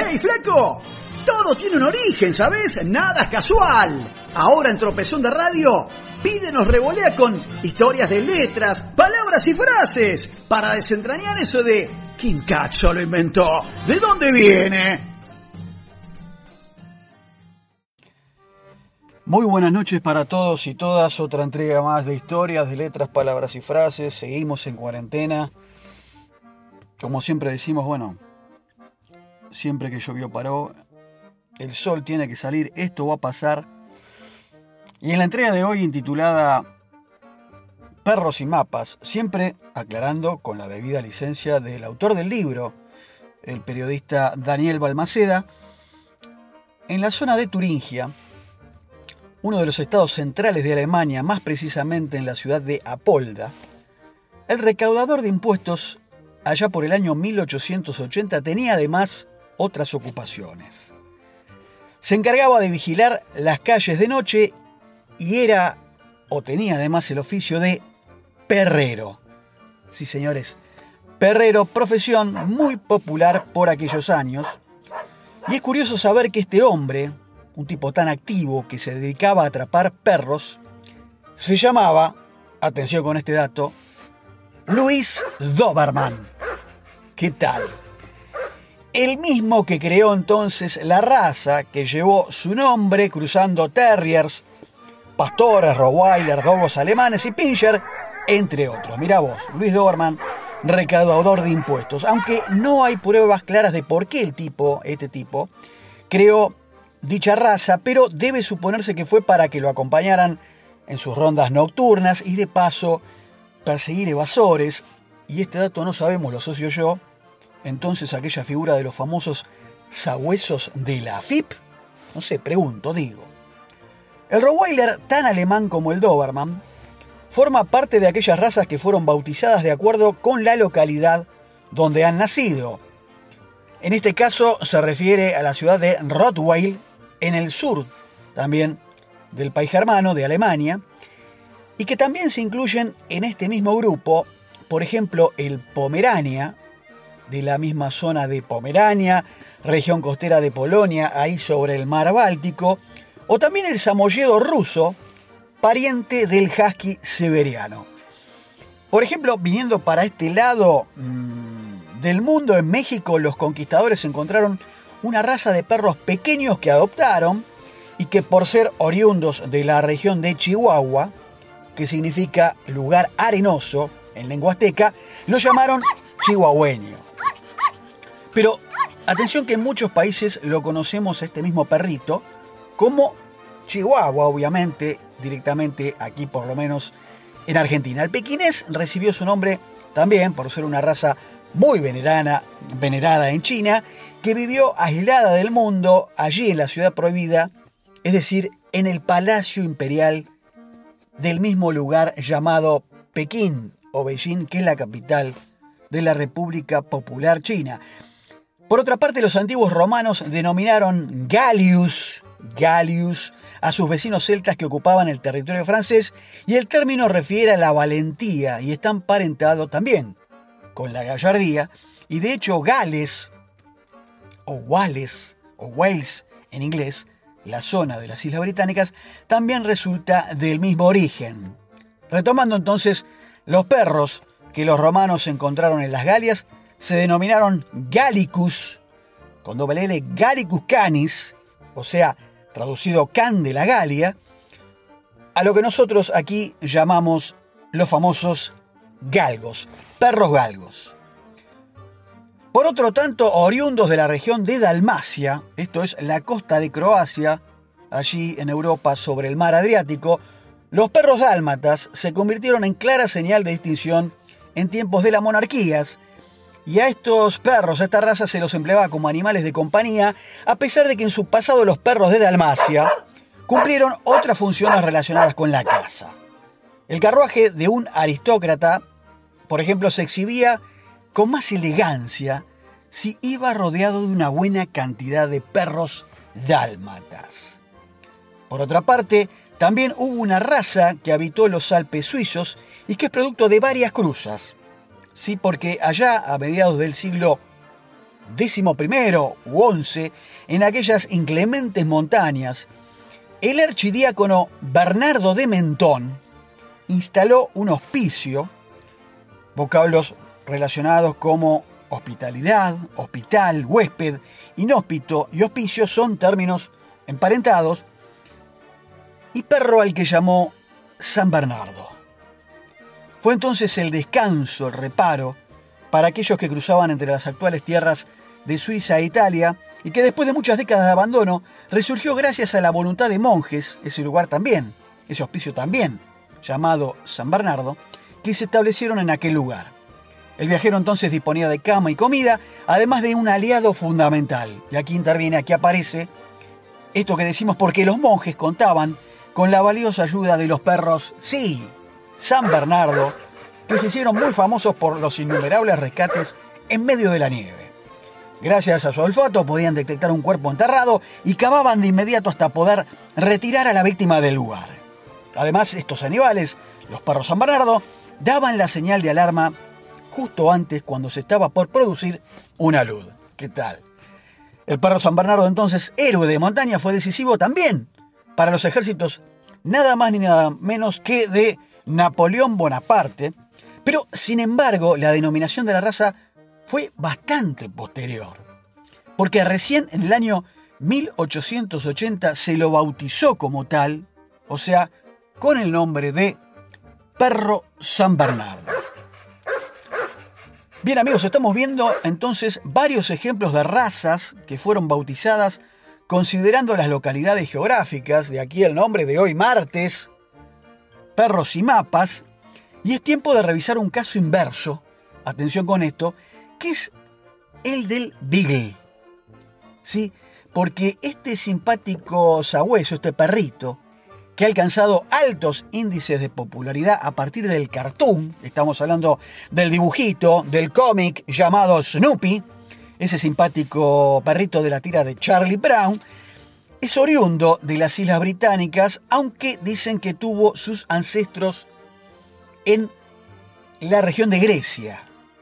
¡Hey, flaco! Todo tiene un origen, ¿sabes? Nada es casual. Ahora en Tropezón de Radio, pídenos revolea con historias de letras, palabras y frases para desentrañar eso de ¿quién cacho lo inventó? ¿De dónde viene? Muy buenas noches para todos y todas. Otra entrega más de historias, de letras, palabras y frases. Seguimos en cuarentena. Como siempre decimos, bueno, siempre que llovió paró. El sol tiene que salir, esto va a pasar. Y en la entrega de hoy, intitulada Perros y Mapas, siempre aclarando con la debida licencia del autor del libro, el periodista Daniel Balmaceda, en la zona de Turingia, uno de los estados centrales de Alemania, más precisamente en la ciudad de Apolda, el recaudador de impuestos, allá por el año 1880, tenía además otras ocupaciones. Se encargaba de vigilar las calles de noche y era, o tenía además el oficio de perrero. Sí, señores, perrero, profesión muy popular por aquellos años. Y es curioso saber que este hombre, un tipo tan activo que se dedicaba a atrapar perros, se llamaba, atención con este dato, Louis Doberman. ¿Qué tal? El mismo que creó entonces la raza que llevó su nombre cruzando terriers, pastores, rottweiler, dogos alemanes y pinscher, entre otros. Mirá vos, Louis Doberman, recaudador de impuestos. Aunque no hay pruebas claras de por qué este tipo, creó dicha raza, pero debe suponerse que fue para que lo acompañaran en sus rondas nocturnas y de paso perseguir evasores. Y este dato no sabemos, lo asocio yo. Entonces aquella figura de los famosos sabuesos de la AFIP, no sé, pregunto, digo. El Rottweiler, tan alemán como el Doberman, forma parte de aquellas razas que fueron bautizadas de acuerdo con la localidad donde han nacido. En este caso se refiere a la ciudad de Rottweil, en el sur también del país germano, de Alemania, y que también se incluyen en este mismo grupo, por ejemplo, el Pomerania, de la misma zona de Pomerania, región costera de Polonia, ahí sobre el mar Báltico, o también el samoyedo ruso, pariente del husky siberiano. Por ejemplo, viniendo para este lado del mundo, en México, los conquistadores encontraron una raza de perros pequeños que adoptaron y que por ser oriundos de la región de Chihuahua, que significa lugar arenoso en lengua azteca, lo llamaron chihuahueño. Pero atención que en muchos países lo conocemos este mismo perrito como chihuahua, obviamente, directamente aquí por lo menos en Argentina. El pequinés recibió su nombre también por ser una raza muy venerada en China, que vivió aislada del mundo allí en la ciudad prohibida, es decir, en el Palacio Imperial del mismo lugar llamado Pekín o Beijing, que es la capital de la República Popular China. Por otra parte, los antiguos romanos denominaron Gallius a sus vecinos celtas que ocupaban el territorio francés, y el término refiere a la valentía y está emparentado también con la gallardía, y de hecho Gales o Wales o Wales en inglés, la zona de las Islas Británicas, también resulta del mismo origen. Retomando entonces, los perros que los romanos encontraron en las Galias se denominaron Gallicus, con doble L, Gallicus canis, o sea, traducido can de la Galia, a lo que nosotros aquí llamamos los famosos galgos, perros galgos. Por otro tanto, oriundos de la región de Dalmacia, esto es la costa de Croacia, allí en Europa sobre el mar Adriático, los perros dálmatas se convirtieron en clara señal de distinción en tiempos de las monarquías, y a estos perros, a esta raza, se los empleaba como animales de compañía, a pesar de que en su pasado los perros de Dalmacia cumplieron otras funciones relacionadas con la caza. El carruaje de un aristócrata, por ejemplo, se exhibía con más elegancia si iba rodeado de una buena cantidad de perros dálmatas. Por otra parte, también hubo una raza que habitó los Alpes suizos y que es producto de varias cruzas. Sí, porque allá a mediados del siglo XI u XI, en aquellas inclementes montañas, el archidiácono Bernardo de Mentón instaló un hospicio, vocablos relacionados como hospitalidad, hospital, huésped, inhóspito y hospicio son términos emparentados, y perro al que llamó San Bernardo. Fue entonces el descanso, el reparo, para aquellos que cruzaban entre las actuales tierras de Suiza e Italia, y que después de muchas décadas de abandono, resurgió gracias a la voluntad de monjes, ese lugar también, ese hospicio también, llamado San Bernardo, que se establecieron en aquel lugar. El viajero entonces disponía de cama y comida, además de un aliado fundamental. Y aquí interviene, aquí aparece esto que decimos porque los monjes contaban con la valiosa ayuda de los perros, sí, San Bernardo, que se hicieron muy famosos por los innumerables rescates en medio de la nieve. Gracias a su olfato podían detectar un cuerpo enterrado y cavaban de inmediato hasta poder retirar a la víctima del lugar. Además, estos animales, los perros San Bernardo, daban la señal de alarma justo antes cuando se estaba por producir una luz. ¿Qué tal? El perro San Bernardo, entonces héroe de montaña, fue decisivo también para los ejércitos nada más ni nada menos que de Napoleón Bonaparte, pero sin embargo la denominación de la raza fue bastante posterior, porque recién en el año 1880 se lo bautizó como tal, o sea, con el nombre de perro San Bernardo. Bien amigos, estamos viendo entonces varios ejemplos de razas que fueron bautizadas considerando las localidades geográficas, de aquí el nombre de hoy martes, perros y mapas, y es tiempo de revisar un caso inverso, atención con esto, que es el del Beagle. ¿Sí? Porque este simpático sabueso, este perrito, que ha alcanzado altos índices de popularidad a partir del cartoon, estamos hablando del dibujito, del cómic llamado Snoopy, ese simpático perrito de la tira de Charlie Brown, es oriundo de las Islas Británicas, aunque dicen que tuvo sus ancestros en la región de Grecia,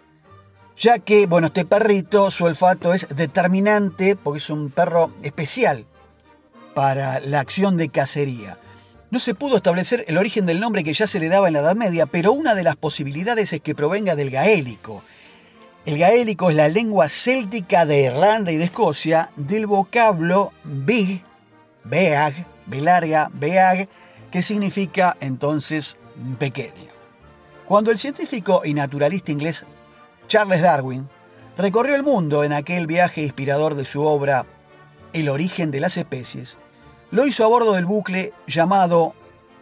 ya que, bueno, este perrito, su olfato es determinante porque es un perro especial para la acción de cacería. No se pudo establecer el origen del nombre que ya se le daba en la Edad Media, pero una de las posibilidades es que provenga del gaélico. El gaélico es la lengua céltica de Irlanda y de Escocia, del vocablo big, beag, b larga, beag, que significa entonces pequeño. Cuando el científico y naturalista inglés Charles Darwin recorrió el mundo en aquel viaje inspirador de su obra El origen de las especies, lo hizo a bordo del buque llamado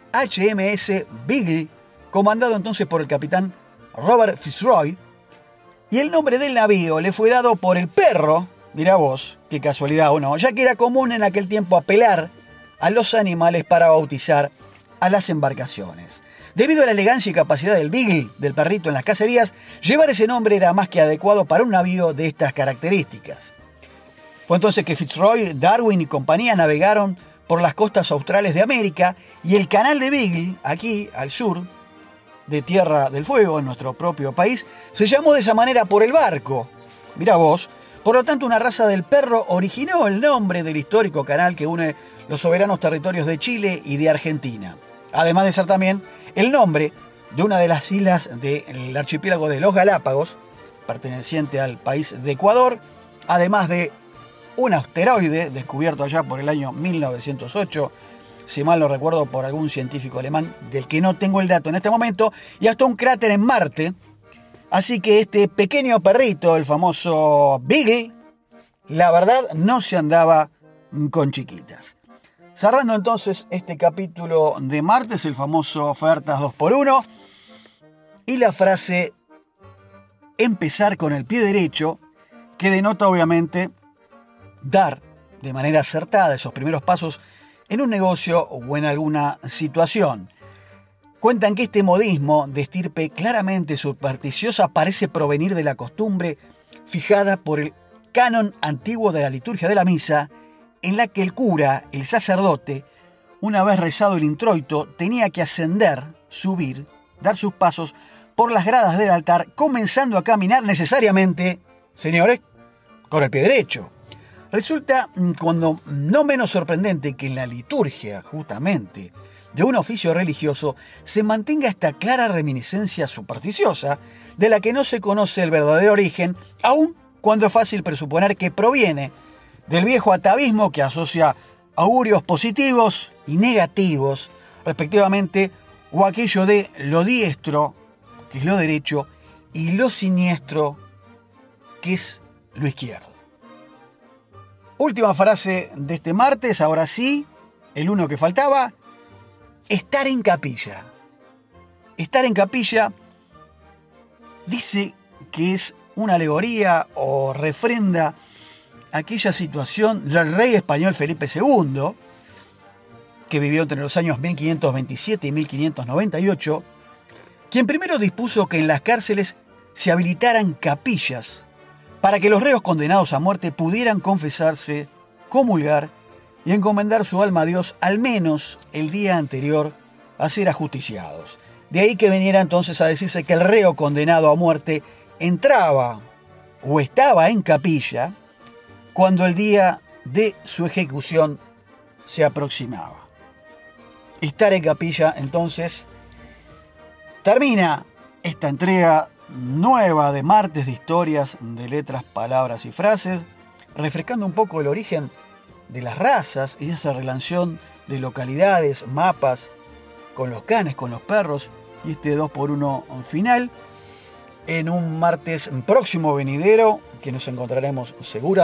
HMS Beagle, comandado entonces por el capitán Robert Fitzroy, y el nombre del navío le fue dado por el perro, mirá vos, qué casualidad o no, ya que era común en aquel tiempo apelar a los animales para bautizar a las embarcaciones. Debido a la elegancia y capacidad del Beagle, del perrito en las cacerías, llevar ese nombre era más que adecuado para un navío de estas características. Fue entonces que Fitzroy, Darwin y compañía navegaron por las costas australes de América y el canal de Beagle, aquí al sur de Tierra del Fuego, en nuestro propio país, se llamó de esa manera por el barco. Mirá vos, por lo tanto una raza del perro originó el nombre del histórico canal que une los soberanos territorios de Chile y de Argentina. Además de ser también el nombre de una de las islas del archipiélago de los Galápagos, perteneciente al país de Ecuador, además de un asteroide descubierto allá por el año 1908, si mal no recuerdo, por algún científico alemán, del que no tengo el dato en este momento, y hasta un cráter en Marte. Así que este pequeño perrito, el famoso Beagle, la verdad no se andaba con chiquitas. Cerrando entonces este capítulo de martes, el famoso ofertas 2x1, y la frase empezar con el pie derecho, que denota obviamente dar de manera acertada esos primeros pasos en un negocio o en alguna situación. Cuentan que este modismo de estirpe claramente supersticiosa parece provenir de la costumbre fijada por el canon antiguo de la liturgia de la misa, en la que el cura, el sacerdote, una vez rezado el introito, tenía que ascender, subir, dar sus pasos por las gradas del altar, comenzando a caminar necesariamente, señores, con el pie derecho. Resulta cuando no menos sorprendente que en la liturgia, justamente, de un oficio religioso se mantenga esta clara reminiscencia supersticiosa de la que no se conoce el verdadero origen, aun cuando es fácil presuponer que proviene del viejo atavismo que asocia augurios positivos y negativos, respectivamente, o aquello de lo diestro, que es lo derecho, y lo siniestro, que es lo izquierdo. Última frase de este martes, ahora sí, el uno que faltaba, estar en capilla. Estar en capilla dice que es una alegoría o refrenda aquella situación del rey español Felipe II, que vivió entre los años 1527 y 1598, quien primero dispuso que en las cárceles se habilitaran capillas para que los reos condenados a muerte pudieran confesarse, comulgar y encomendar su alma a Dios al menos el día anterior a ser ajusticiados. De ahí que viniera entonces a decirse que el reo condenado a muerte entraba o estaba en capilla cuando el día de su ejecución se aproximaba. Estar en capilla, entonces, termina esta entrega nueva de martes de historias, de letras, palabras y frases, refrescando un poco el origen de las razas y esa relación de localidades, mapas, con los canes, con los perros, y este 2x1 final, en un martes próximo venidero, que nos encontraremos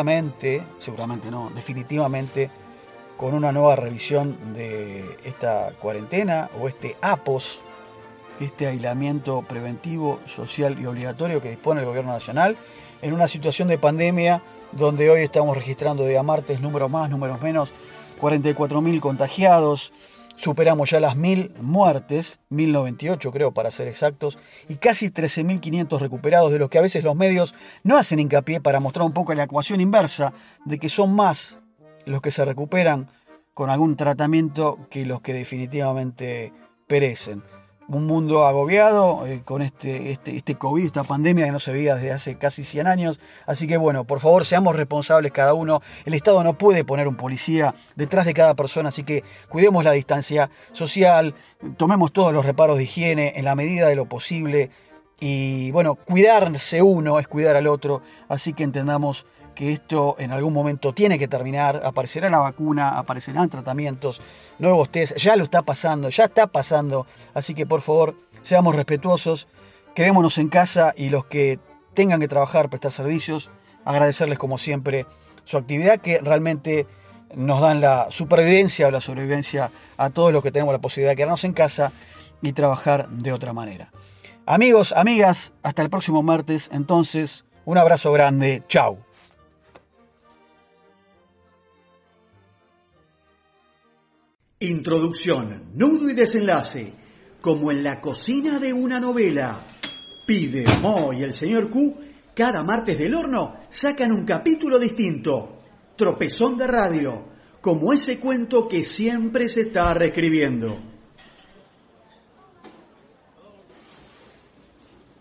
definitivamente, con una nueva revisión de esta cuarentena o este APOS, este aislamiento preventivo, social y obligatorio que dispone el Gobierno Nacional, en una situación de pandemia donde hoy estamos registrando día martes números más, números menos, 44.000 contagiados, superamos ya las 1.000 muertes, 1.098 creo para ser exactos, y casi 13.500 recuperados, de los que a veces los medios no hacen hincapié para mostrar un poco la ecuación inversa de que son más los que se recuperan con algún tratamiento que los que definitivamente perecen. Un mundo agobiado con este COVID, esta pandemia que no se veía desde hace casi 100 años. Así que bueno, por favor, seamos responsables cada uno. El Estado no puede poner un policía detrás de cada persona, así que cuidemos la distancia social, tomemos todos los reparos de higiene en la medida de lo posible. Y bueno, cuidarse uno es cuidar al otro, así que entendamos que esto en algún momento tiene que terminar, aparecerá la vacuna, aparecerán tratamientos, nuevos test, ya está pasando, así que por favor seamos respetuosos, quedémonos en casa y los que tengan que trabajar, prestar servicios, agradecerles como siempre su actividad que realmente nos dan la supervivencia o la sobrevivencia a todos los que tenemos la posibilidad de quedarnos en casa y trabajar de otra manera. Amigos, amigas, hasta el próximo martes, entonces un abrazo grande, chau. Introducción, nudo y desenlace, como en la cocina de una novela. Pide Mo y el señor Q, cada martes del horno sacan un capítulo distinto. Tropezón de radio, como ese cuento que siempre se está reescribiendo.